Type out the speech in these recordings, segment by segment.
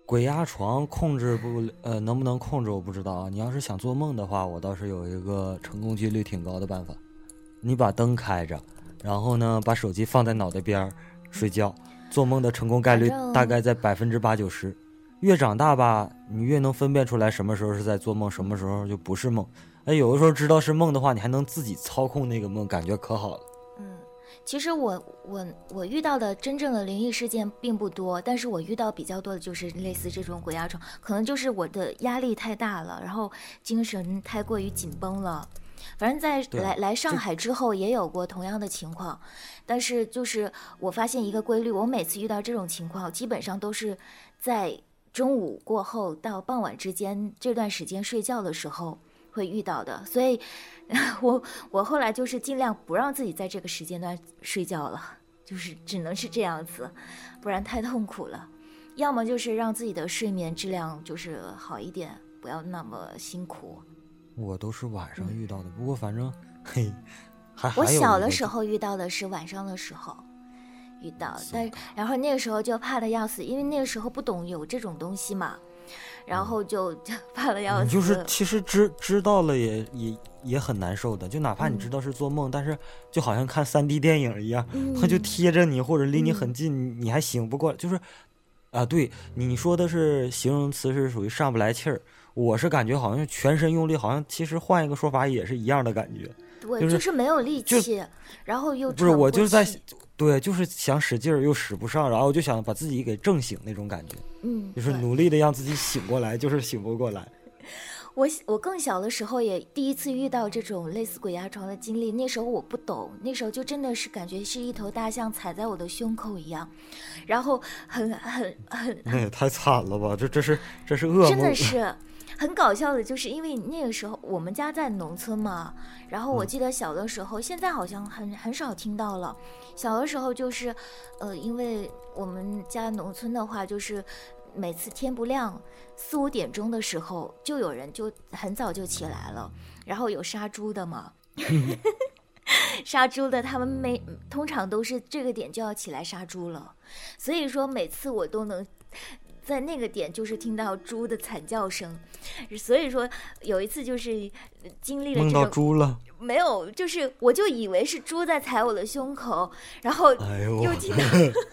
鬼压床控制能不能控制我不知道啊。你要是想做梦的话，我倒是有一个成功几率挺高的办法。你把灯开着，然后呢把手机放在脑袋边睡觉，做梦的成功概率大概在80%-90%。越长大吧，你越能分辨出来什么时候是在做梦，什么时候就不是梦。有的时候知道是梦的话，你还能自己操控那个梦，感觉可好了。 其实我遇到的真正的灵异事件并不多，但是我遇到比较多的就是类似这种鬼压床，可能就是我的压力太大了，然后精神太过于紧绷了。反正在来上海之后也有过同样的情况，但是就是我发现一个规律，我每次遇到这种情况，基本上都是在中午过后到傍晚之间这段时间睡觉的时候会遇到的，所以我后来就是尽量不让自己在这个时间段睡觉了，就是只能是这样子，不然太痛苦了。要么就是让自己的睡眠质量就是好一点，不要那么辛苦。 我都是晚上遇到的，不过反正我小的时候遇到的是晚上的时候遇到，然后那个时候就怕的要死，因为那个时候不懂有这种东西嘛，然后就怕的要死。 就是其实知道了也很难受的，就哪怕你知道是做梦，但是就好像看3D 电影一样，它就贴着你或者离你很近，你还醒不过来。就是对，你说的是形容词是属于上不来气儿，我是感觉好像全身用力，好像其实换一个说法也是一样的感觉。 对，就是没有力气，然后又不是我就是在对，就是想使劲儿又使不上，然后我就想把自己给正醒那种感觉。就是努力的让自己醒过来，就是醒不过来。 我更小的时候也第一次遇到这种类似鬼压床的经历，那时候我不懂，那时候就真的是感觉是一头大象踩在我的胸口一样，然后很那也太惨了吧，这是噩梦， 真的是。很搞笑的就是因为那个时候我们家在农村嘛，然后我记得小的时候，现在好像很少听到了。小的时候就是因为我们家农村的话，就是每次天不亮4-5点钟的时候，就有人就很早就起来了，然后有杀猪的嘛杀猪的他们通常都是这个点就要起来杀猪了，所以说每次我都能在那个点就是听到猪的惨叫声，所以说有一次就是经历了这种， 梦到猪了没有，就是我就以为是猪在踩我的胸口，然后又听到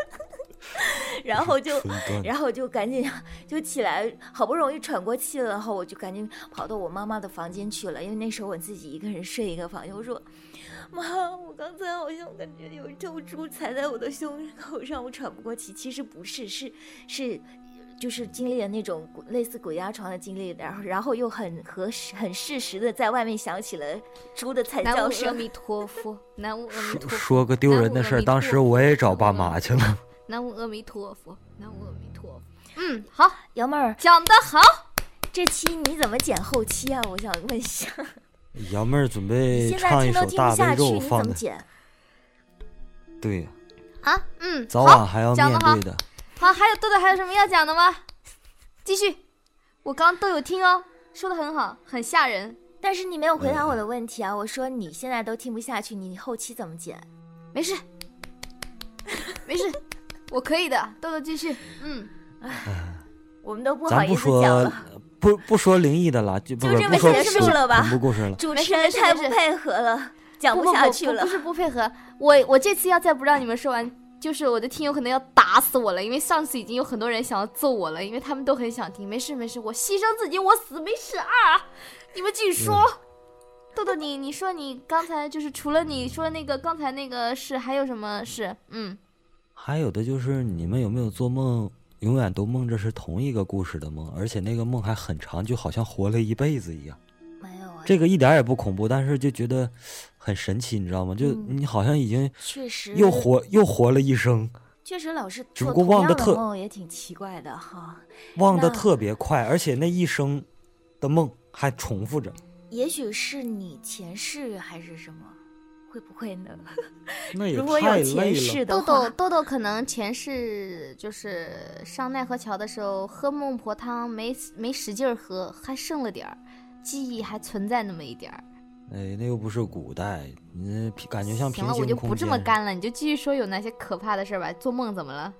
然后就赶紧就起来，好不容易喘过气了，然后我就赶紧跑到我妈妈的房间去了，因为那时候我自己一个人睡一个房间。我说妈，我刚才好像感觉有一头猪踩在我的胸口上，我喘不过气。其实不是，是就是经历了那种类似鬼压床的经历，然后又很适时的在外面响起了猪的惨叫声。 南无阿弥陀佛，南无阿弥陀佛。 说个丢人的事儿，当时我也找爸妈去了。 南无阿弥陀佛，南无阿弥陀佛。好， 姚妹儿讲得好。 这期你怎么剪后期啊？我想问一下。 姚妹儿准备唱一首大悲咒放的。对呀。早晚还要面对的。 好，还有豆豆还有什么要讲的吗？继续，我刚都有听哦，说的很好，很吓人。 但是你没有回答我的问题啊！我说你现在都听不下去，你后期怎么剪？ 没事，没事，我可以的。豆豆继续。 我们都不好意思讲了。 不说灵异的了，就这么结束了吧？ 恐怖故事了。 主持人太不配合了，讲不下去了。 不是不配合，我这次要再不让你们说完，就是我的听友可能要打死我了，因为上次已经有很多人想要揍我了，因为他们都很想听。没事，我牺牲自己，我死没事啊！你们继续说。豆豆，你说你刚才就是除了你说那个刚才那个事，还有什么事？ 还有的就是你们有没有做梦？永远都梦着是同一个故事的梦，而且那个梦还很长，就好像活了一辈子一样。 没有啊， 这个一点也不恐怖，但是就觉得很神奇，你知道吗？就你好像已经确实又活了一生。 确实老是只不过忘得梦也挺奇怪的哈， 忘得特别快，而且那一生的梦还重复着。 也许是你前世还是什么？会不会呢？ 那也如果有前世的话， 豆豆可能前世就是上奈何桥的时候喝孟婆汤没使劲喝，还剩了点儿，记忆还存在那么一点儿。 那又不是古代，你感觉像平行空间。 行了，我就不这么干了，你就继续说有那些可怕的事吧。做梦怎么了？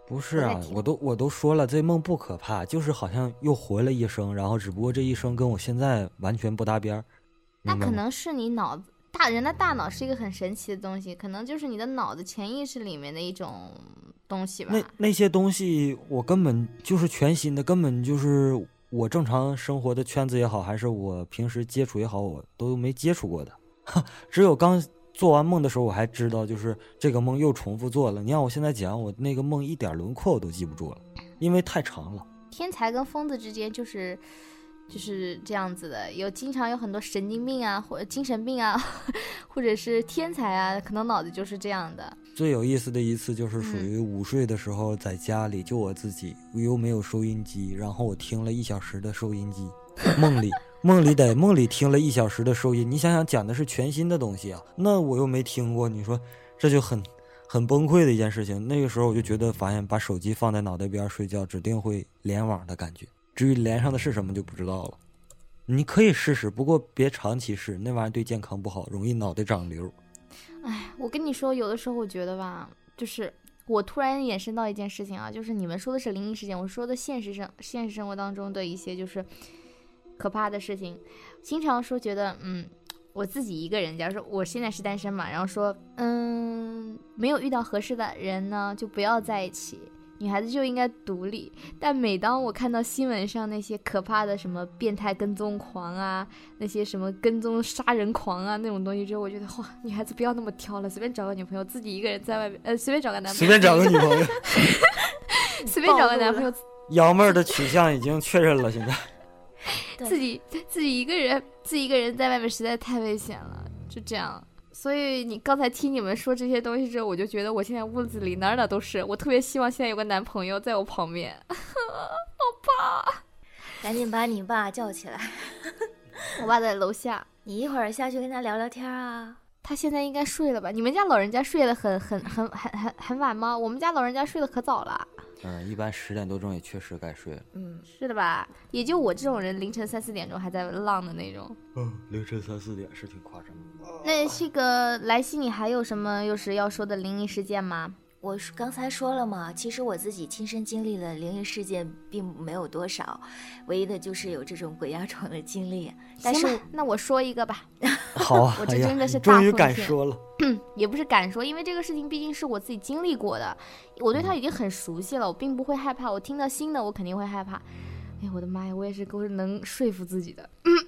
不是啊，我都说了，这梦不可怕，就是好像又活了一生，然后只不过这一生跟我现在完全不搭边儿。 那可能是你脑子人的大脑是一个很神奇的东西，可能就是你的脑子潜意识里面的一种东西吧。 那些东西我根本就是全新的，根本就是我正常生活的圈子也好，还是我平时接触也好，我都没接触过的。只有刚做完梦的时候，我还知道就是这个梦又重复做了。你让我现在讲，我那个梦一点轮廓我都记不住了，因为太长了。 天才跟疯子之间就是这样子的，经常有很多神经病啊，或者精神病啊，或者是天才啊，可能脑子就是这样的。 最有意思的一次就是属于午睡的时候，在家里就我自己，我又没有收音机，然后我听了1小时的收音机，梦里听了1小时的收音，你想想讲的是全新的东西啊，那我又没听过，你说这就很崩溃的一件事情。那个时候我就觉得，发现把手机放在脑袋边睡觉，指定会联网的感觉。至于连上的是什么就不知道了。你可以试试，不过别长期试，那玩意儿对健康不好，容易脑袋长瘤。 哎，我跟你说，有的时候我觉得吧，就是我突然衍生到一件事情啊，就是你们说的是灵异事件，我说的现实生活当中的一些就是可怕的事情。经常说觉得我自己一个人，假如说我现在是单身嘛，然后说没有遇到合适的人呢，就不要在一起，女孩子就应该独立。但每当我看到新闻上那些可怕的什么变态跟踪狂啊，那些什么跟踪杀人狂啊那种东西之后，我觉得哇，女孩子不要那么挑了，随便找个女朋友，自己一个人在外面，随便找个男朋友， 随便找个女朋友， 随便找个男朋友。 幺妹儿的取向已经确认了，现在自己一个人在外面实在太危险了，就这样。所以你刚才听你们说这些东西之后，我就觉得我现在屋子里哪都是，我特别希望现在有个男朋友在我旁边，好怕。 赶紧把你爸叫起来。 我爸在楼下， 你一会儿下去跟他聊聊天啊。 他现在应该睡了吧？你们家老人家睡得很晚吗？我们家老人家睡得可早了。 一般10点多钟也确实该睡了。 是的吧？也就我这种人，凌晨3、4点钟还在浪的那种。 凌晨3、4点是挺夸张的。 那这个莱西，你还有什么又是要说的灵异事件吗？ 我刚才说了嘛，其实我自己亲身经历的灵异事件并没有多少，唯一的就是有这种鬼压床的经历。但是那我说一个吧。 好啊， 我这真的是大终于敢说了。 也不是敢说，因为这个事情毕竟是我自己经历过的，我对它已经很熟悉了，我并不会害怕。我听到新的，我肯定会害怕。哎，我的妈呀，我也是够能说服自己的。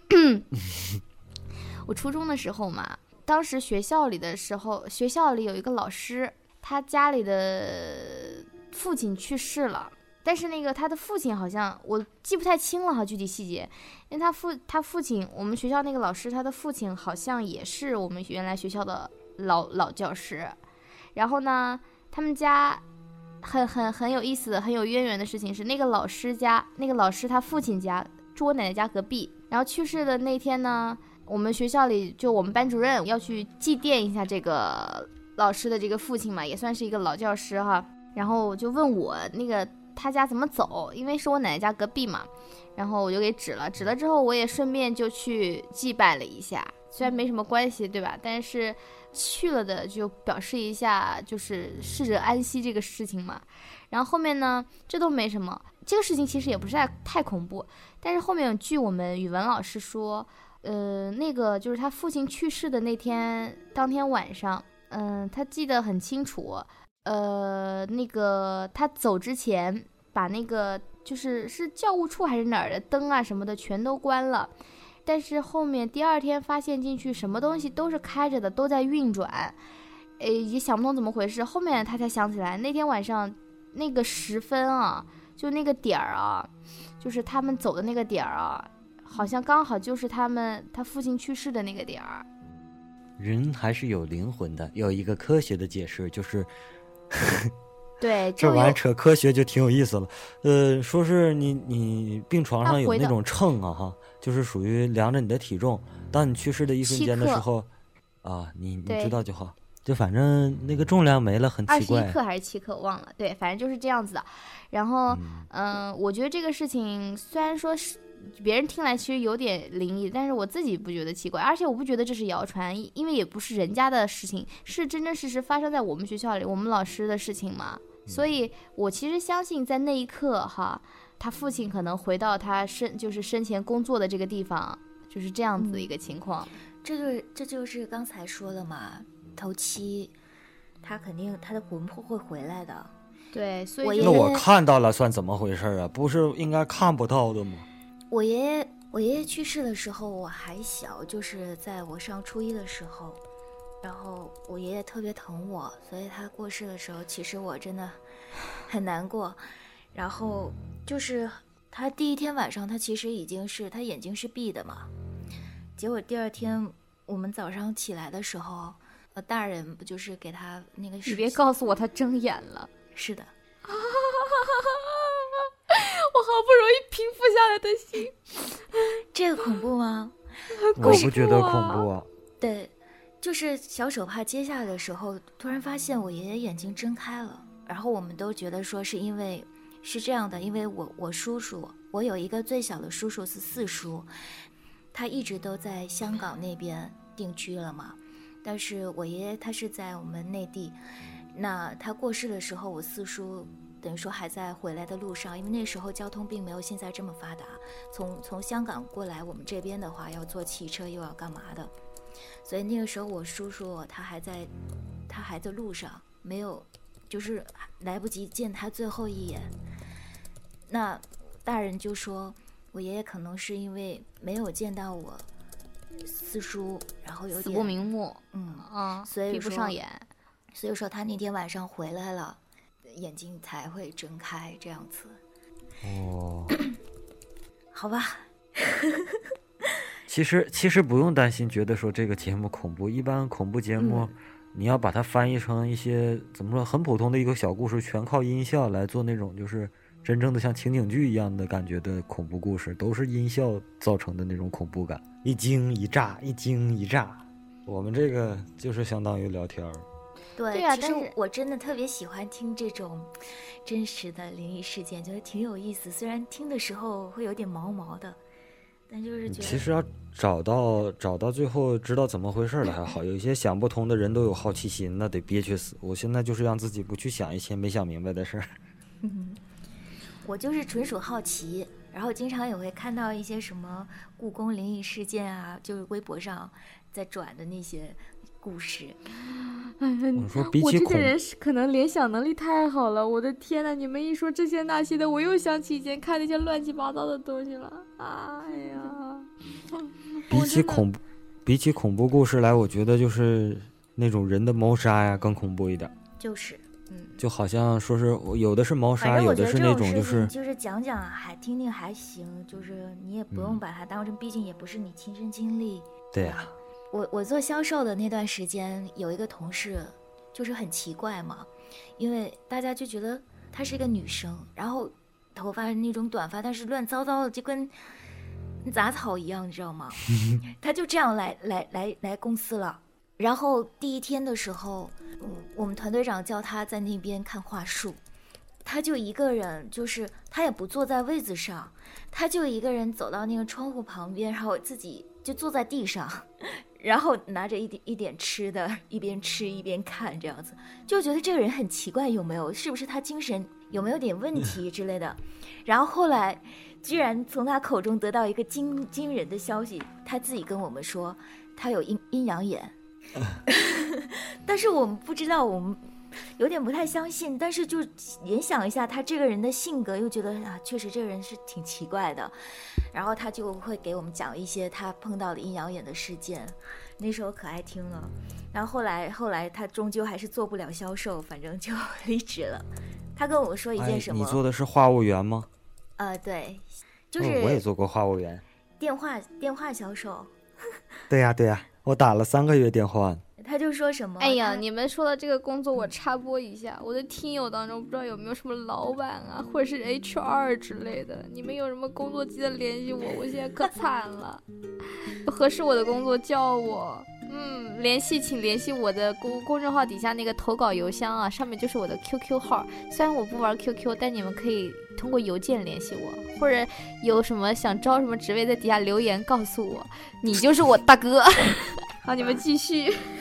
我初中的时候嘛，当时学校里有一个老师，他家里的父亲去世了，但是他的父亲好像我记不太清了哈，具体细节。因为他父亲，我们学校那个老师，他的父亲好像也是我们原来学校的老教师。然后呢，他们家很有意思的、很有渊源的事情是，那个老师他父亲家住我奶奶家隔壁。然后去世的那天呢，我们学校里就我们班主任要去祭奠一下这个老师的这个父亲嘛，也算是一个老教师哈。然后就问我他家怎么走，因为是我奶奶家隔壁嘛。然后我就给指了之后，我也顺便就去祭拜了一下，虽然没什么关系对吧，但是去了的就表示一下，就是逝者安息这个事情嘛。然后后面呢，这都没什么，这个事情其实也不是太恐怖。但是后面据我们语文老师说，就是他父亲去世的当天晚上，他记得很清楚，他走之前把是教务处还是哪儿的灯啊什么的全都关了，但是后面第二天发现进去什么东西都是开着的，都在运转，也想不通怎么回事。后面他才想起来，那天晚上那个时分啊，就那个点儿啊，就是他们走的那个点儿啊，好像刚好就是他父亲去世的那个点儿。 人还是有灵魂的，有一个科学的解释，就是对， 这玩意儿扯科学就挺有意思了。说是你病床上有那种秤啊哈，就是属于量着你的体重，当你去世的一瞬间的时候啊，你知道就好。就反正那个重量没了，很奇怪。 21克还是7克，我忘了。对，反正就是这样子的。然后，我觉得这个事情虽然说是别人听来其实有点灵异，但是我自己不觉得奇怪，而且我不觉得这是谣传，因为也不是人家的事情，是真真实实发生在我们学校里，我们老师的事情嘛。 所以我其实相信在那一刻哈，他父亲可能回到他生前工作的这个地方，就是这样子一个情况。 这就是刚才说了嘛，头七他肯定他的魂魄会回来的。 对，所以那我看到了算怎么回事啊？不是应该看不到的吗？ 我爷爷去世的时候我还小，就是在我上初一的时候，然后我爷爷特别疼我，所以他过世的时候其实我真的很难过。然后就是他第一天晚上他其实已经是他眼睛是闭的嘛，结果第二天我们早上起来的时候，大人不就是给他那个， 你别告诉我他睁眼了。 是的。 我好不容易平复下来的心。 这个恐怖吗？ 我不觉得恐怖啊。 对，就是小手帕揭下来的时候，突然发现我爷爷眼睛睁开了，然后我们都觉得说是因为是这样的，因为我叔叔，我有一个最小的叔叔是四叔，他一直都在香港那边定居了嘛，但是我爷爷他是在我们内地，那他过世的时候，我四叔等于说还在回来的路上，因为那时候交通并没有现在这么发达，从香港过来我们这边的话要坐汽车又要干嘛的，所以那个时候我叔叔他还在路上，没有就是来不及见他最后一眼。那大人就说我爷爷可能是因为没有见到我四叔，然后有点死不瞑目， 所以闭不上眼， 所以说他那天晚上回来了，眼睛才会睁开这样子。 哦， 好吧。 其实不用担心，觉得说这个节目恐怖。一般恐怖节目，你要把它翻译成一些怎么说很普通的一个小故事，全靠音效来做那种就是真正的像情景剧一样的感觉的恐怖故事，都是音效造成的那种恐怖感，一惊一乍，一惊一乍。我们这个就是相当于聊天。 对啊， 其实我真的特别喜欢听这种真实的灵异事件，觉得挺有意思。虽然听的时候会有点毛毛的，但就是觉得其实要找到最后知道怎么回事了还好，有一些想不通的人都有好奇心，那得憋屈死。我现在就是让自己不去想一些没想明白的事儿。 我就是纯属好奇，然后经常也会看到一些什么故宫灵异事件啊，就是微博上在转的那些故事。 我说比起我这个人是可能联想能力太好了，我的天呐，你们一说这些那些的，我又想起以前看那些乱七八糟的东西了。哎呀， 比起恐怖故事来，我觉得就是那种人的谋杀呀更恐怖一点。 就是就好像说是有的是谋杀，有的是那种就是讲讲还听听还行，就是你也不用把它当成，毕竟也不是你亲身经历。 对呀。 我做销售的那段时间，有一个同事就是很奇怪嘛，因为大家就觉得她是一个女生，然后头发那种短发，但是乱糟糟的，就跟杂草一样，你知道吗？她就这样来公司了。然后第一天的时候，我们团队长叫她在那边看话术，她就一个人，就是她也不坐在位子上，她就一个人走到那个窗户旁边，然后自己就坐在地上。然后拿着一点吃的，一边吃一边看，这样子就觉得这个人很奇怪，有没有？是不是他精神有没有点问题之类的？然后后来居然从他口中得到一个惊人的消息，他自己跟我们说他有阴阳眼，但是我们不知道，我们有点不太相信，但是就联想一下他这个人的性格，又觉得啊，确实这个人是挺奇怪的。然后他就会给我们讲一些他碰到的阴阳眼的事件，那时候可爱听了。然后后来他终究还是做不了销售，反正就离职了。他跟我说一件什么？ 你做的是话务员吗？ 对，就是我也做过话务员， 电话销售。 对呀，我打了3个月电话。 他就说什么？ 哎呀，你们说的这个工作我插播一下，我的听友当中不知道有没有什么老板啊，或者是 HR 之类的，你们有什么工作记得联系我，我现在可惨了，有合适我的工作叫我。请联系我的公众号底下那个投稿邮箱啊，上面就是我的 QQ 号。虽然我不玩 QQ， 但你们可以通过邮件联系我，或者有什么想招什么职位，在底下留言告诉我，你就是我大哥。好，你们继续。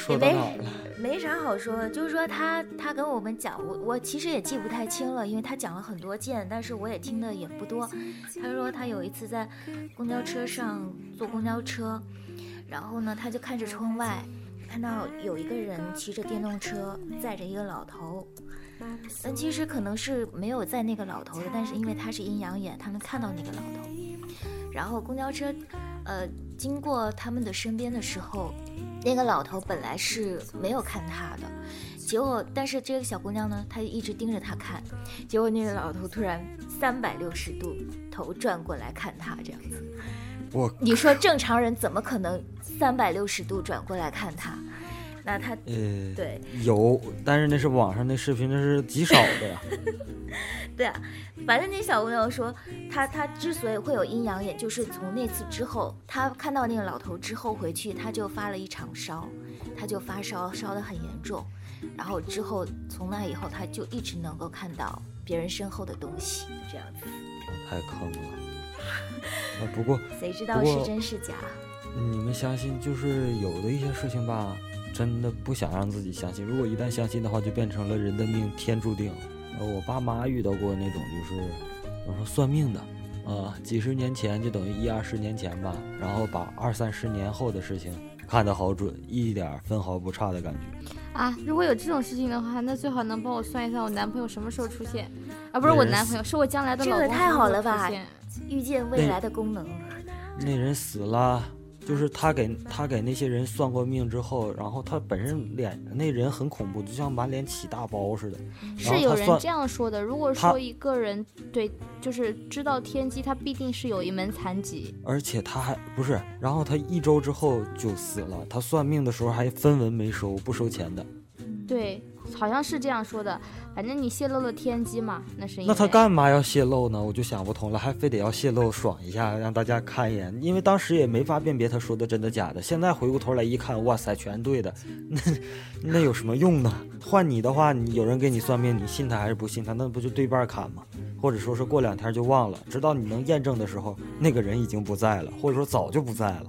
说到哪儿了？ 没啥好说的，就是说他跟我们讲，我其实也记不太清了，因为他讲了很多件，但是我也听的也不多。他说他有一次在公交车上坐公交车，然后呢他就看着窗外，看到有一个人骑着电动车载着一个老头，但其实可能是没有载那个老头的，但是因为他是阴阳眼，他能看到那个老头。然后公交车经过他们的身边的时候，那个老头本来是没有看他的，结果但是这个小姑娘呢，她一直盯着他看，结果那个老头突然360度头转过来看他，这样子。你说正常人怎么可能360度转过来看他？那他对有，但是那是网上那视频，那是极少的呀。 对啊，反正那小姑娘说，她之所以会有阴阳眼，就是从那次之后，她看到那个老头之后回去，她就发了一场烧，她就发烧，烧得很严重，然后之后从那以后，她就一直能够看到别人身后的东西，这样子。 太坑了。不过谁知道是真是假？ 你们相信，就是有的一些事情吧，真的不想让自己相信。如果一旦相信的话，就变成了人的命天注定。我爸妈遇到过那种就是我说算命的几十年前就等于10-20年前吧，然后把20-30年后的事情看得好准，一点分毫不差的感觉啊。如果有这种事情的话，那最好能帮我算一算我男朋友什么时候出现啊，不是我男朋友，是我将来的老公。 这个太好了吧，预见未来的功能。 那人死了，就是他给那些人算过命之后，然后他本身那人很恐怖，就像满脸起大包似的。 是有人这样说的，如果说一个人对就是知道天机，他必定是有一门残疾， 而且他还不是，然后他1周之后就死了，他算命的时候还分文没收，不收钱的。 对，好像是这样说的。反正你泄露了天机嘛，那是因为。 那他干嘛要泄露呢？我就想不通了，还非得要泄露爽一下，让大家看一眼。因为当时也没法辨别他说的真的假的。现在回过头来一看，哇塞，全对的。那有什么用呢？换你的话，有人给你算命，你信他还是不信他？那不就对半砍吗？或者说是过2天就忘了，直到你能验证的时候，那个人已经不在了，或者说早就不在了。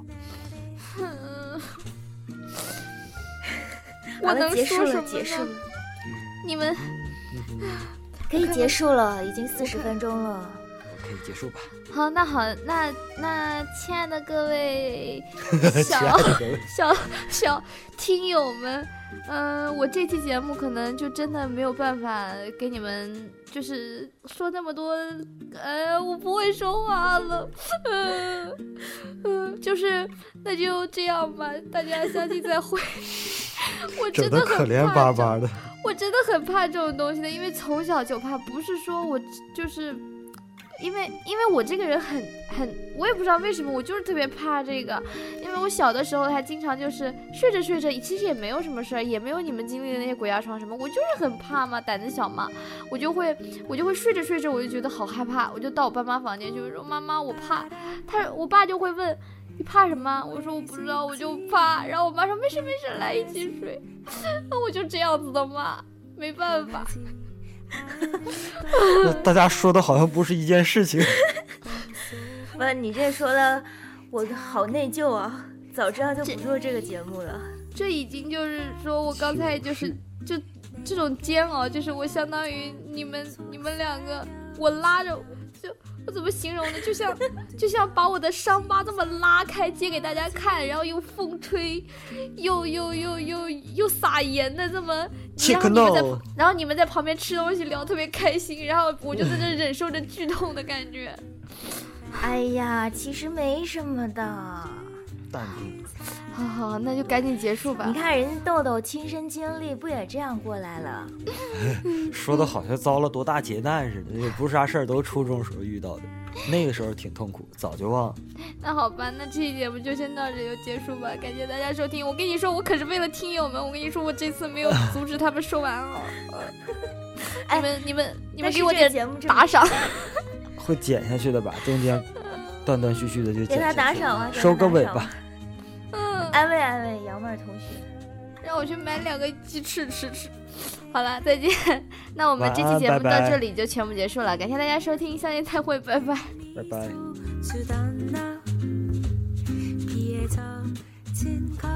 我能结束了， 说什么结束了。 你们可以结束了，已经40分钟了。 可以结束吧。 好，那好，那亲爱的各位小听友们，我这期节目可能就真的没有办法给你们就是说那么多，我不会说话了，就是那就这样吧，大家下期再会。我真的很可怜巴巴的， 我真的很怕这种东西的，因为从小就怕，不是说我就是因为我这个人很我也不知道为什么，我就是特别怕这个。因为我小的时候还经常就是睡着睡着，其实也没有什么事儿，也没有你们经历的那些鬼压床什么，我就是很怕嘛，胆子小嘛，我就会睡着睡着，我就觉得好害怕，我就到我爸妈房间就说妈妈我怕，我爸就会问你怕什么？我说我不知道，我就怕。然后我妈说没事没事，来一起睡。我就这样子的嘛，没办法。 大家说的好像不是一件事情。 不，你这说的我好内疚啊！早知道就不做这个节目了。 这已经就是说我刚才就这种煎熬，就是我相当于你们两个，我拉着。我怎么形容呢？就像把我的伤疤这么拉开揭给大家看，然后用风吹，又撒盐的这么，然后你们在旁边吃东西聊特别开心，然后我就在这忍受着剧痛的感觉。 哎呀，其实没什么的。 淡定。 好，那就赶紧结束吧。 你看人家豆豆亲身经历，不也这样过来了？ 说的好像遭了多大劫难似的，也不是啥事儿，都初中时候遇到的，那个时候挺痛苦，早就忘了。 那好吧，那这期节目就先到这里就结束吧，感谢大家收听。我跟你说，我可是为了听友们，我跟你说，我这次没有阻止他们说完哦。你们给我点打赏。 会剪下去的吧，中间断断续续的就剪下去。 给他打赏啊， 收个尾吧。 安慰安慰杨妹儿同学， 让我去买2个鸡翅吃。好了，再见。那我们这期节目到这里就全部结束了，感谢大家收听，下期再会，拜拜。 拜拜。